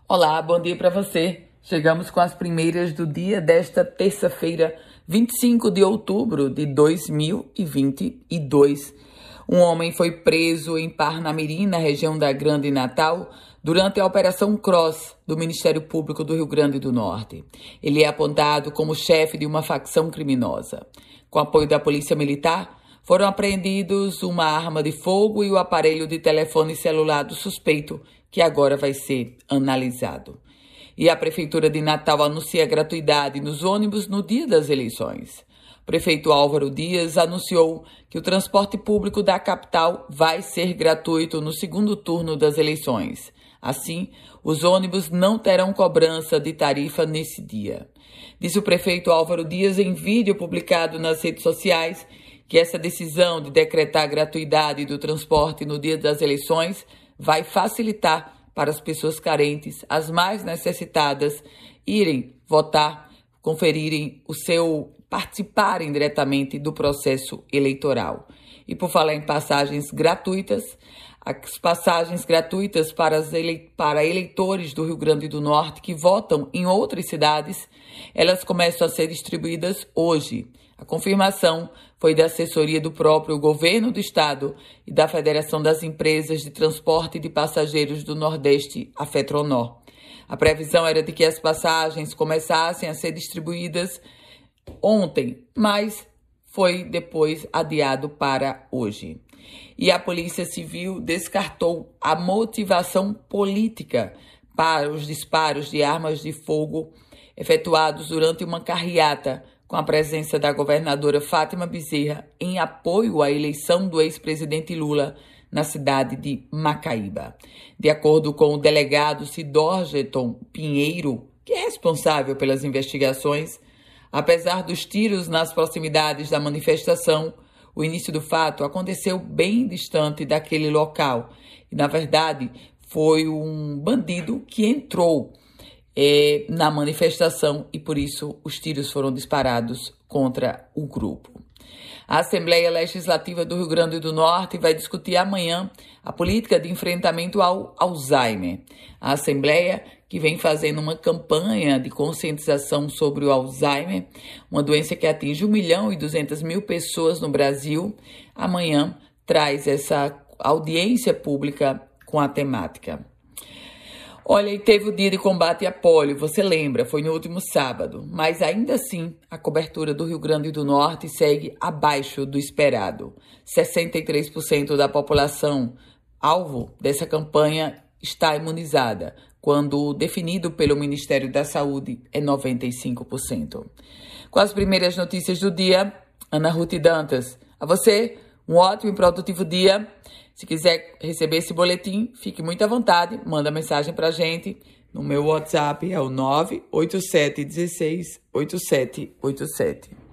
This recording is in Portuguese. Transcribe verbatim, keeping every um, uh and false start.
Olá, bom dia para você. Chegamos com as primeiras do dia desta terça-feira, vinte e cinco de outubro de dois mil e vinte e dois. Um homem foi preso em Parnamirim, na região da Grande Natal, durante a Operação Cross do Ministério Público do Rio Grande do Norte. Ele é apontado como chefe de uma facção criminosa. Com apoio da Polícia Militar, foram apreendidos uma arma de fogo e o aparelho de telefone celular do suspeito, que agora vai ser analisado. E a Prefeitura de Natal anuncia gratuidade nos ônibus no dia das eleições. O prefeito Álvaro Dias anunciou que o transporte público da capital vai ser gratuito no segundo turno das eleições. Assim, os ônibus não terão cobrança de tarifa nesse dia. Disse o prefeito Álvaro Dias em vídeo publicado nas redes sociais que essa decisão de decretar gratuidade do transporte no dia das eleições vai facilitar para as pessoas carentes, as mais necessitadas, irem votar, conferirem o seu, participarem diretamente do processo eleitoral. E por falar em passagens gratuitas, as passagens gratuitas para, as ele, para eleitores do Rio Grande do Norte que votam em outras cidades, elas começam a ser distribuídas hoje. A confirmação foi da assessoria do próprio governo do estado e da Federação das Empresas de Transporte de Passageiros do Nordeste, a FETRONOR. A previsão era de que as passagens começassem a ser distribuídas ontem, mas foi depois adiado para hoje. E a Polícia Civil descartou a motivação política para os disparos de armas de fogo efetuados durante uma carreata com a presença da governadora Fátima Bezerra em apoio à eleição do ex-presidente Lula na cidade de Macaíba. De acordo com o delegado Sidorgeton Pinheiro, que é responsável pelas investigações, apesar dos tiros nas proximidades da manifestação, o início do fato aconteceu bem distante daquele local. E, na verdade, foi um bandido que entrou É, na manifestação e, por isso, os tiros foram disparados contra o grupo. A Assembleia Legislativa do Rio Grande do Norte vai discutir amanhã a política de enfrentamento ao Alzheimer. A Assembleia, que vem fazendo uma campanha de conscientização sobre o Alzheimer, uma doença que atinge um milhão e duzentas mil pessoas no Brasil, amanhã traz essa audiência pública com a temática. Olha, e teve o dia de combate à pólio, você lembra, foi no último sábado, mas ainda assim a cobertura do Rio Grande do Norte segue abaixo do esperado. sessenta e três por cento da população alvo dessa campanha está imunizada, quando definido pelo Ministério da Saúde é noventa e cinco por cento. Com as primeiras notícias do dia, Ana Ruth Dantas. A você, um ótimo e produtivo dia. Se quiser receber esse boletim, fique muito à vontade, manda mensagem para a gente. No meu WhatsApp é o nove oito sete um seis oito sete oito sete.